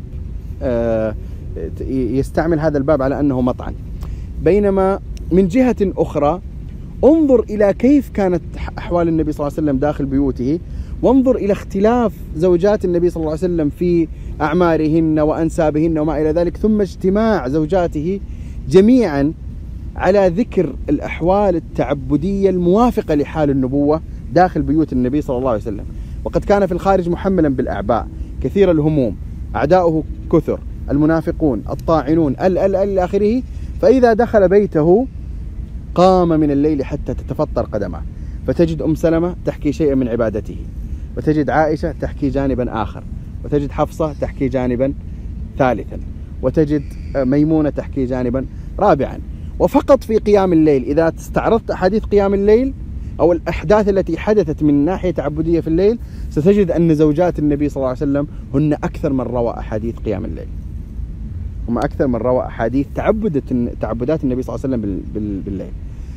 A: يستعمل هذا الباب على أنه مطعن. بينما من جهة أخرى انظر إلى كيف كانت أحوال النبي صلى الله عليه وسلم داخل بيوته، وانظر إلى اختلاف زوجات النبي صلى الله عليه وسلم في أعمارهن وأنسابهن وما إلى ذلك، ثم اجتماع زوجاته جميعا على ذكر الأحوال التعبدية الموافقة لحال النبوة داخل بيوت النبي صلى الله عليه وسلم. وقد كان في الخارج محملا بالأعباء، كثير الهموم، أعداؤه كثر، المنافقون، الطاعنون، إلى آخره. فإذا دخل بيته قام من الليل حتى تتفطر قدمه، فتجد أم سلمة تحكي شيئا من عبادته، وتجد عائشة تحكي جانبا آخر، وتجد حفصة تحكي جانبا ثالثا، وتجد ميمونة تحكي جانبا رابعا. وفقط في قيام الليل إذا استعرضت أحاديث قيام الليل أو الأحداث التي حدثت من ناحية تعبدية في الليل، ستجد أن زوجات النبي صلى الله عليه وسلم هن أكثر من روى أحاديث قيام الليل، هم أكثر من روى أحاديث تعبدات النبي صلى الله عليه وسلم بالليل.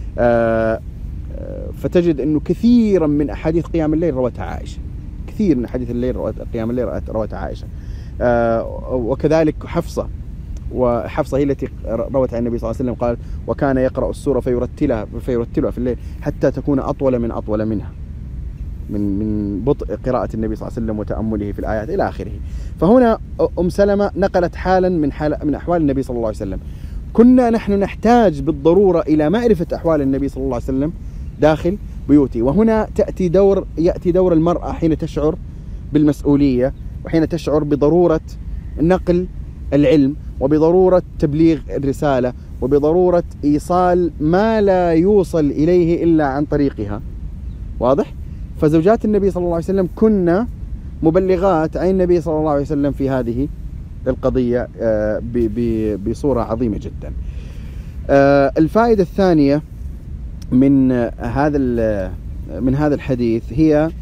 A: فتجد أنه كثيرا من أحاديث قيام الليل روتها عائشة، كثير من أحاديث الليل قيام الليل روتها عائشة، وكذلك حفصة وحفصة هي التي روت عن النبي صلى الله عليه وسلم قال: وكان يقرأ السورة فيرتلها في الليل حتى تكون أطول منها، من بطء قراءة النبي صلى الله عليه وسلم وتأمله في الآيات إلى آخره. فهنا أم سلمة نقلت حالا من أحوال النبي صلى الله عليه وسلم. كنا نحن نحتاج بالضرورة إلى معرفة أحوال النبي صلى الله عليه وسلم داخل بيوته، وهنا يأتي دور المرأة حين تشعر بالمسؤولية، وحين تشعر بضرورة نقل العلم، وبضرورة تبليغ الرسالة، وبضرورة إيصال ما لا يوصل إليه إلا عن طريقها. واضح؟ فزوجات النبي صلى الله عليه وسلم كنا مبلغات عن النبي صلى الله عليه وسلم في هذه القضية بصورة عظيمة جدا. الفائدة الثانية من هذا الحديث هي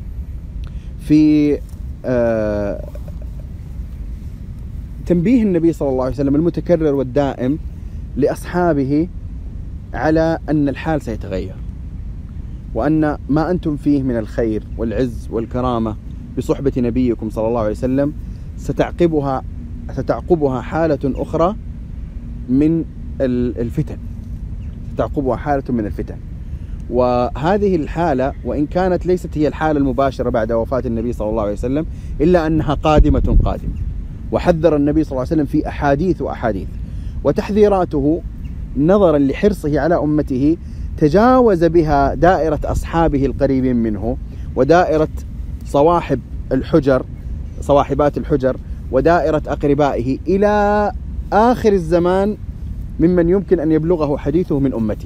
A: في تنبيه النبي صلى الله عليه وسلم المتكرر والدائم لأصحابه على أن الحال سيتغير، وأن ما أنتم فيه من الخير والعز والكرامة بصحبة نبيكم صلى الله عليه وسلم ستعقبها حالة أخرى من الفتن، وهذه الحالة وإن كانت ليست هي الحالة المباشرة بعد وفاة النبي صلى الله عليه وسلم، إلا أنها قادمة. وحذر النبي صلى الله عليه وسلم في أحاديث وتحذيراته نظرا لحرصه على أمته تجاوز بها دائرة أصحابه القريبين منه، ودائرة صواحبات الحجر، ودائرة أقربائه، إلى آخر الزمان ممن يمكن أن يبلغه حديثه من أمته.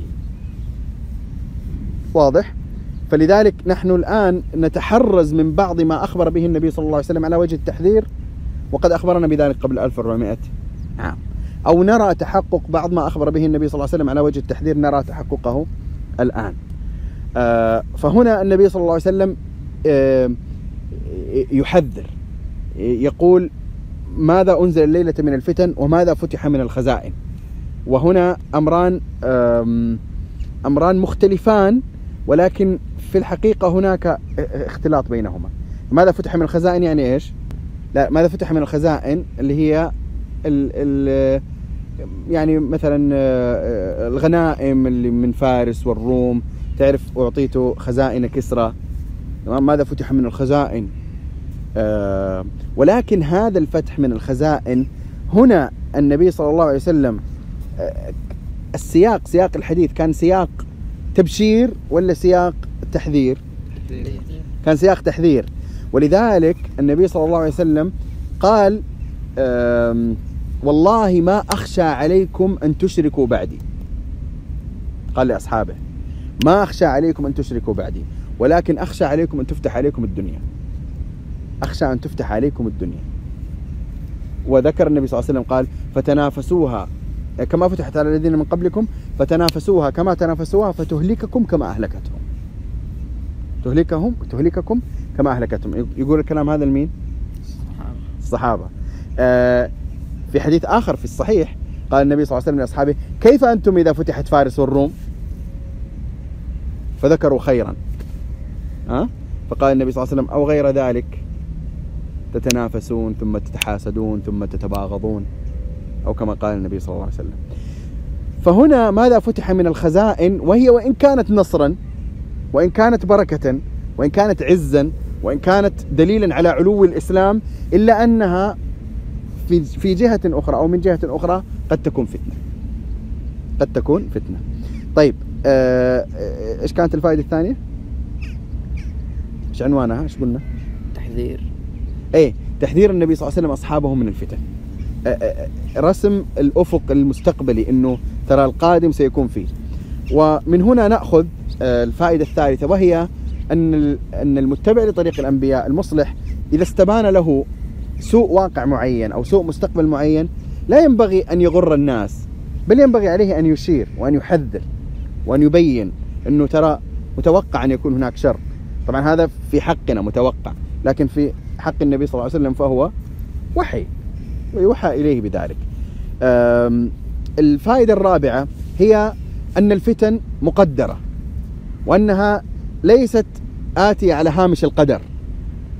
A: واضح؟ فلذلك نحن الآن نتحرز من بعض ما أخبر به النبي صلى الله عليه وسلم على وجه التحذير، وقد أخبرنا بذلك قبل 1400 عام، أو نرى تحقق بعض ما أخبر به النبي صلى الله عليه وسلم على وجه التحذير، نرى تحققه الآن. فهنا النبي صلى الله عليه وسلم يحذر، يقول: ماذا أنزل الليلة من الفتن وماذا فتح من الخزائن. وهنا أمران مختلفان، ولكن في الحقيقة هناك اختلاط بينهما. ماذا فتح من الخزائن يعني إيش؟ لا، ماذا فتح من الخزائن اللي هي يعني مثلا الغنائم اللي من فارس والروم، تعرف أعطيته خزائن كسرى، ماذا فتح من الخزائن. ولكن هذا الفتح من الخزائن هنا النبي صلى الله عليه وسلم سياق الحديث كان سياق تبشير ولا سياق تحذير؟ كان سياق تحذير. ولذلك النبي صلى الله عليه وسلم قال: والله ما أخشى عليكم أن تشركوا بعدي. قال لأصحابه: ما أخشى عليكم أن تشركوا بعدي، ولكن أخشى عليكم أن تفتح عليكم الدنيا. أخشى أن تفتح عليكم الدنيا. وذكر النبي صلى الله عليه وسلم قال: فتنافسوها كما فتحت على الذين من قبلكم، فتنافسوها كما تنافسوها، فتهلككم كما أهلكتهم. تهلككم كما أهلكتهم. يقول الكلام هذا لمين؟ الصحابة. في حديث آخر في الصحيح قال النبي صلى الله عليه وسلم لأصحابه: كيف أنتم إذا فتحت فارس والروم؟ فذكروا خيرا. فقال النبي صلى الله عليه وسلم: أو غير ذلك، تتنافسون ثم تتحاسدون ثم تتباغضون، أو كما قال النبي صلى الله عليه وسلم. فهنا ماذا فتح من الخزائن، وهي وإن كانت نصرا، وإن كانت بركة، وإن كانت عزا، وإن كانت دليلا على علو الإسلام، إلا أنها في جهة أخرى أو من جهة أخرى قد تكون فتنة. طيب، إيش كانت الفائدة الثانية؟ إيش عنوانها؟ إيش قلنا؟
B: تحذير.
A: تحذير النبي صلى الله عليه وسلم أصحابه من الفتن، رسم الأفق المستقبلي أنه ترى القادم سيكون فيه. ومن هنا نأخذ الفائدة الثالثة، وهي أن المتبع لطريق الأنبياء المصلح إذا استبان له سوء واقع معين أو سوء مستقبل معين، لا ينبغي أن يغر الناس، بل ينبغي عليه أن يشير وأن يحذر وأن يبين أنه ترى متوقع أن يكون هناك شر. طبعا هذا في حقنا متوقع، لكن في حق النبي صلى الله عليه وسلم فهو وحي، ويوحى إليه بذلك. الفائدة الرابعة هي أن الفتن مقدرة، وأنها ليست آتية على هامش القدر،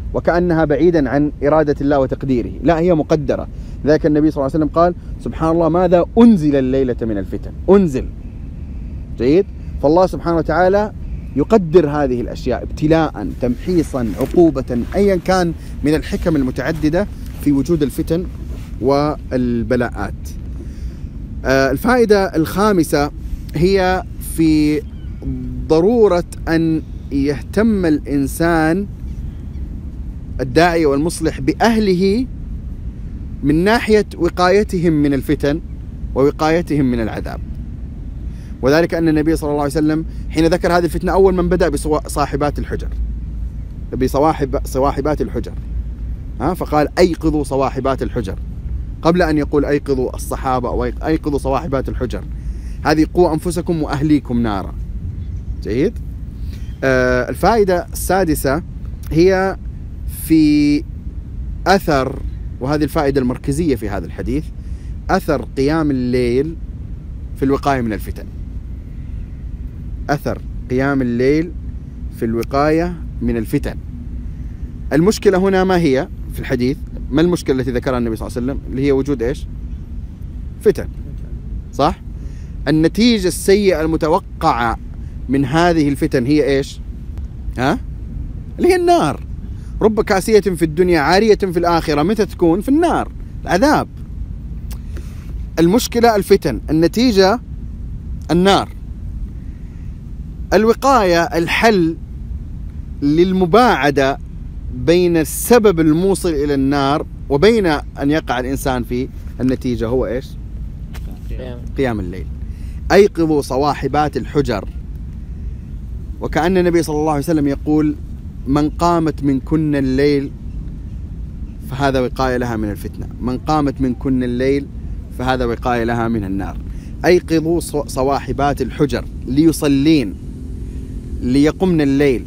A: وكأنها بعيدا عن إرادة الله وتقديره، لا هي مقدرة. ذلك النبي صلى الله عليه وسلم قال سبحان الله ماذا أنزل الليلة من الفتن، أنزل. جيد. فالله سبحانه وتعالى يقدر هذه الأشياء ابتلاء، تمحيصا، عقوبة، أيا كان من الحكم المتعددة في وجود الفتن والبلاءات. الفائدة الخامسة هي في ضرورة أن يهتم الإنسان الداعي والمصلح بأهله من ناحية وقايتهم من الفتن ووقايتهم من العذاب. وذلك أن النبي صلى الله عليه وسلم حين ذكر هذه الفتنة أول من بدأ بصاحبات الحجر، بصواحبات الحجر، فقال أيقظوا صواحبات الحجر قبل أن يقول أيقظوا الصحابة أو أيقظوا صواحبات الحجر. هذه قوا أنفسكم وأهليكم نارا. جيد. الفائدة السادسة هي في أثر، وهذه الفائدة المركزية في هذا الحديث، أثر قيام الليل في الوقاية من الفتن. أثر قيام الليل في الوقاية من الفتن. المشكلة هنا ما هي في الحديث؟ ما المشكلة التي ذكرها النبي صلى الله عليه وسلم؟ اللي هي وجود إيش؟ فتن، صح؟ النتيجة السيئة المتوقعة من هذه الفتن هي إيش؟ اللي هي النار. رب كاسية في الدنيا عارية في الآخرة، متى تكون؟ في النار، العذاب. المشكلة الفتن، النتيجة النار. الوقاية الحل للمباعدة بين السبب الموصل إلى النار وبين أن يقع الإنسان في النتيجة هو إيش؟ قيام الليل. أيقظوا صواحبات الحجر. وكأن النبي صلى الله عليه وسلم يقول من قامت منكن الليل فهذا وقاية لها من الفتنة، من قامت منكن الليل فهذا وقاية لها من النار. أيقظوا صواحبات الحجر ليصلين ليقمن الليل،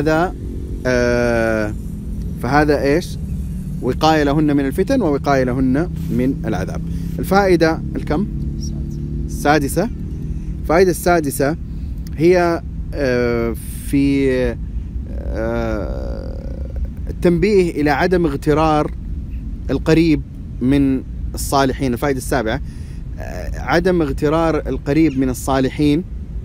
A: فهذا إيش؟ وقاية لهن من الفتن ووقاية لهن من العذاب. الفائدة الكم؟ السادسة. الفائدة السادسة هي في التنبيه إلى عدم اغترار القريب من الصالحين. الفائدة السابعة عدم اغترار القريب من الصالحين.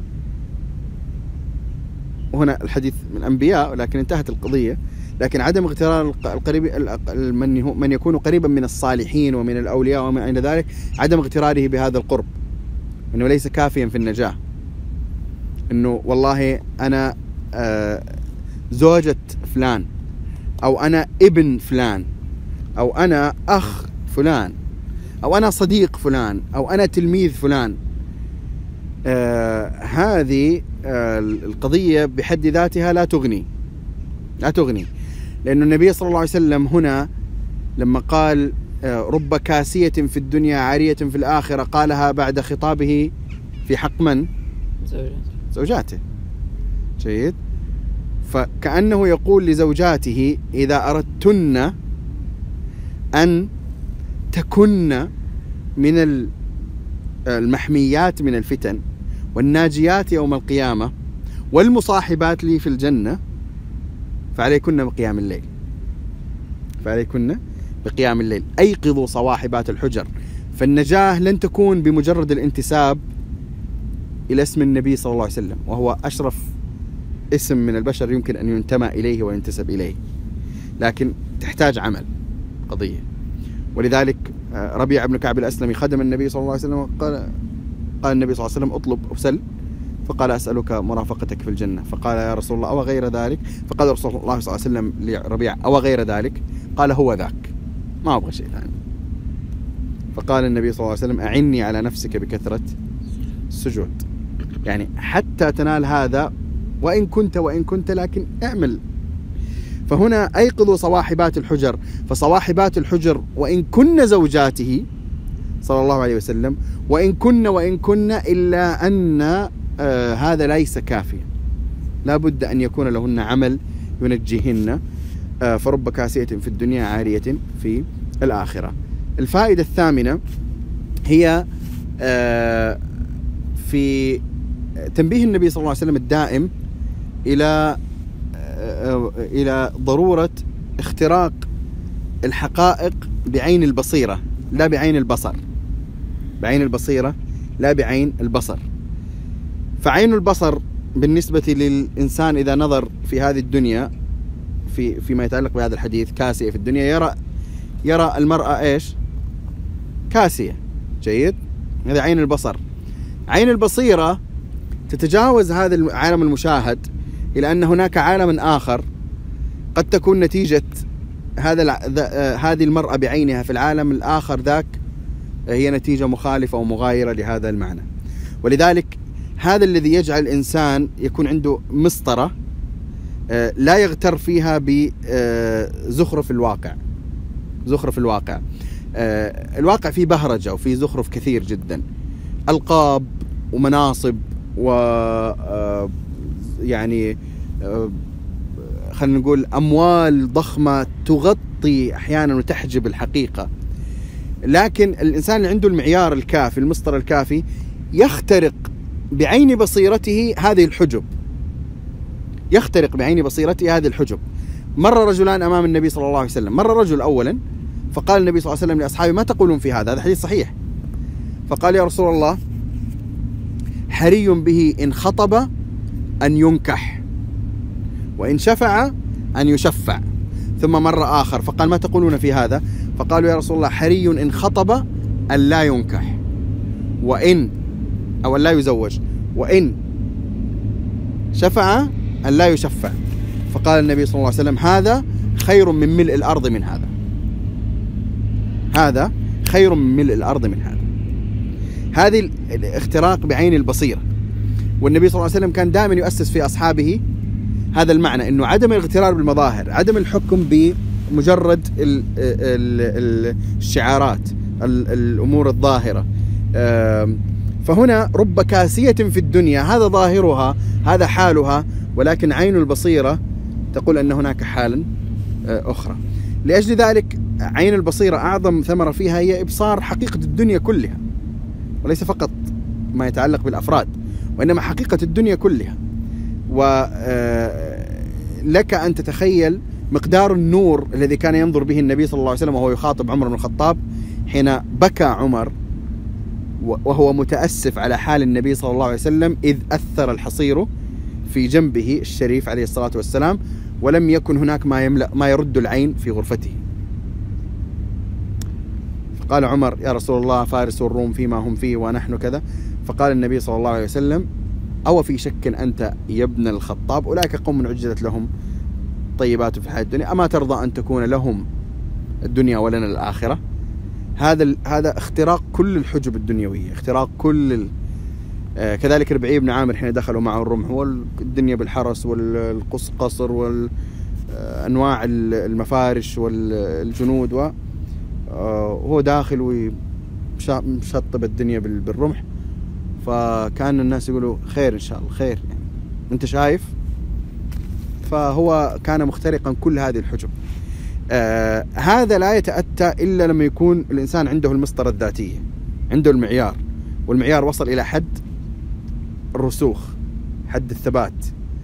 A: وهنا الحديث من أنبياء ولكن انتهت القضية. لكن عدم اغترار القريب من يكون قريبا من الصالحين ومن الأولياء وما إلى ذلك، عدم اغتراره بهذا القرب، أنه ليس كافيا في النجاة. أنه والله أنا زوجة فلان، أو أنا ابن فلان، أو أنا أخ فلان، أو أنا صديق فلان، أو أنا تلميذ فلان. هذه القضية بحد ذاتها لا تغني، لأن النبي صلى الله عليه وسلم هنا لما قال رب كاسية في الدنيا عارية في الآخرة، قالها بعد خطابه في حق من؟ زوجاته. جيد. فكأنه يقول لزوجاته إذا أردتن أن تكن من المحميات من الفتن والناجيات يوم القيامة والمصاحبات لي في الجنة، فعليكن بقيام الليل. أيقظوا صواحبات الحجر. فالنجاة لن تكون بمجرد الانتساب إلى اسم النبي صلى الله عليه وسلم، وهو أشرف اسم من البشر يمكن أن ينتمى إليه وينتسب إليه، لكن تحتاج عمل قضية. ولذلك ربيع بن كعب الأسلمي خدم النبي صلى الله عليه وسلم، قال النبي صلى الله عليه وسلم اطلب وسل، فقال أسألك مرافقتك في الجنة. فقال يا رسول الله أو غير ذلك؟ فقال رسول الله صلى الله عليه وسلم لربيع أو غير ذلك؟ قال هو ذاك، ما أبغى شيء ثاني. فقال النبي صلى الله عليه وسلم أعني على نفسك بكثرة السجود، يعني حتى تنال هذا وإن كنت لكن اعمل. فهنا أيقظوا صواحبات الحجر. فصواحبات الحجر وإن كن زوجاته صلى الله عليه وسلم، وإن كن إلا أن هذا ليس كافيا، لا بد أن يكون لهن عمل ينجيهن. فرب كاسية في الدنيا عارية في الآخرة. الفائدة الثامنة هي في تنبيه النبي صلى الله عليه وسلم الدائم إلى ضرورة اختراق الحقائق بعين البصيرة لا بعين البصر، بعين البصيرة لا بعين البصر. فعين البصر بالنسبة للإنسان إذا نظر في هذه الدنيا فيما يتعلق بهذا الحديث كاسية في الدنيا، يرى المرأة إيش؟ كاسية. جيد؟ هذا عين البصر. عين البصيرة تتجاوز هذا العالم المشاهد إلى أن هناك عالم آخر قد تكون نتيجة هذه المرأة بعينها في العالم الآخر ذاك هي نتيجة مخالفة ومغايرة لهذا المعنى. ولذلك هذا الذي يجعل الإنسان يكون عنده مسطرة لا يغتر فيها بزخرف الواقع. زخرف الواقع، الواقع فيه بهرجة وفيه زخرف كثير جدا، ألقاب ومناصب و يعني خلينا نقول أموال ضخمة تغطي أحيانا وتحجب الحقيقة. لكن الإنسان اللي عنده المعيار الكافي، المسطر الكافي، يخترق بعين بصيرته هذه الحجب، يخترق بعين بصيرته هذه الحجب. مر رجلان أمام النبي صلى الله عليه وسلم. مر رجل أولا فقال النبي صلى الله عليه وسلم لأصحابه: ما تقولون في هذا؟ هذا حديث صحيح. فقال: يا رسول الله، حري به إن خطب أن ينكح، وإن شفع أن يشفع. ثم مر آخر فقال: ما تقولون في هذا؟ فقالوا: يا رسول الله، حري إن خطب أن لا ينكح، وإن أو أن لا يزوج، وإن شفع أن لا يشفع. فقال النبي صلى الله عليه وسلم: هذا خير من ملء الأرض من هذا، هذا خير من ملء الأرض من هذا. هذه الاختراق بعين البصيرة. والنبي صلى الله عليه وسلم كان دائما يؤسس في أصحابه هذا المعنى، أنه عدم الاغترار بالمظاهر، عدم الحكم بمجرد الشعارات، الأمور الظاهرة. فهنا رب كاسية في الدنيا، هذا ظاهرها، هذا حالها، ولكن عين البصيرة تقول أن هناك حالا أخرى. لأجل ذلك عين البصيرة أعظم ثمرة فيها هي إبصار حقيقة الدنيا كلها، وليس فقط ما يتعلق بالأفراد، وإنما حقيقة الدنيا كلها. ولك أن تتخيل مقدار النور الذي كان ينظر به النبي صلى الله عليه وسلم وهو يخاطب عمر بن الخطاب حين بكى عمر وهو متأسف على حال النبي صلى الله عليه وسلم، إذ أثر الحصير في جنبه الشريف عليه الصلاة والسلام، ولم يكن هناك ما يرد العين في غرفته. فقال عمر: يا رسول الله، فارس والروم فيما هم فيه ونحن كذا. فقال النبي صلى الله عليه وسلم: أو في شك أنت يا ابن الخطاب؟ أولئك قوم عجلت لهم طيبات في الحياة الدنيا، أما ترضى أن تكون لهم الدنيا ولنا الآخرة؟ هذا اختراق كل الحجب الدنيوية، اختراق كل كذلك ربعي بن عامر حين دخلوا معه الرمح والدنيا بالحرس والقصر والأنواع المفارش والجنود، وهو داخل ومشطب الدنيا بالرمح. فكان الناس يقولوا: خير إن شاء الله، خير، يعني أنت شايف. فهو كان مخترقا كل هذه الحجب. هذا لا يتأتى إلا لما يكون الإنسان عنده المسطرة الذاتية، عنده المعيار، والمعيار وصل إلى حد الرسوخ، حد الثبات.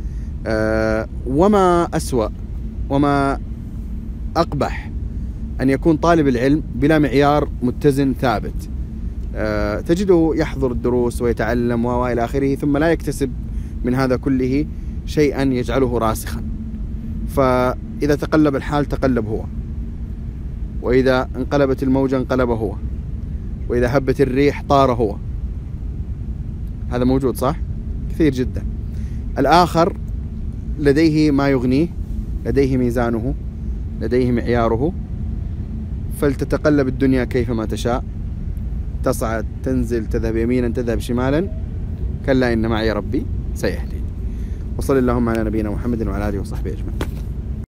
A: وما أسوأ وما أقبح أن يكون طالب العلم بلا معيار متزن ثابت، تجده يحضر الدروس ويتعلم وإلى آخره، ثم لا يكتسب من هذا كله شيئا يجعله راسخا. فإذا تقلب الحال تقلب هو، وإذا انقلبت الموجة انقلب هو، وإذا هبت الريح طار هو. هذا موجود صح؟ كثير جدا. الآخر لديه ما يغنيه، لديه ميزانه، لديه معياره، فلتتقلب الدنيا كيفما تشاء، تصعد تنزل، تذهب يمينا تذهب شمالا، كلا إن معي ربي سيهدين. وصل اللهم على نبينا محمد وعلى آله وصحبه أجمعين.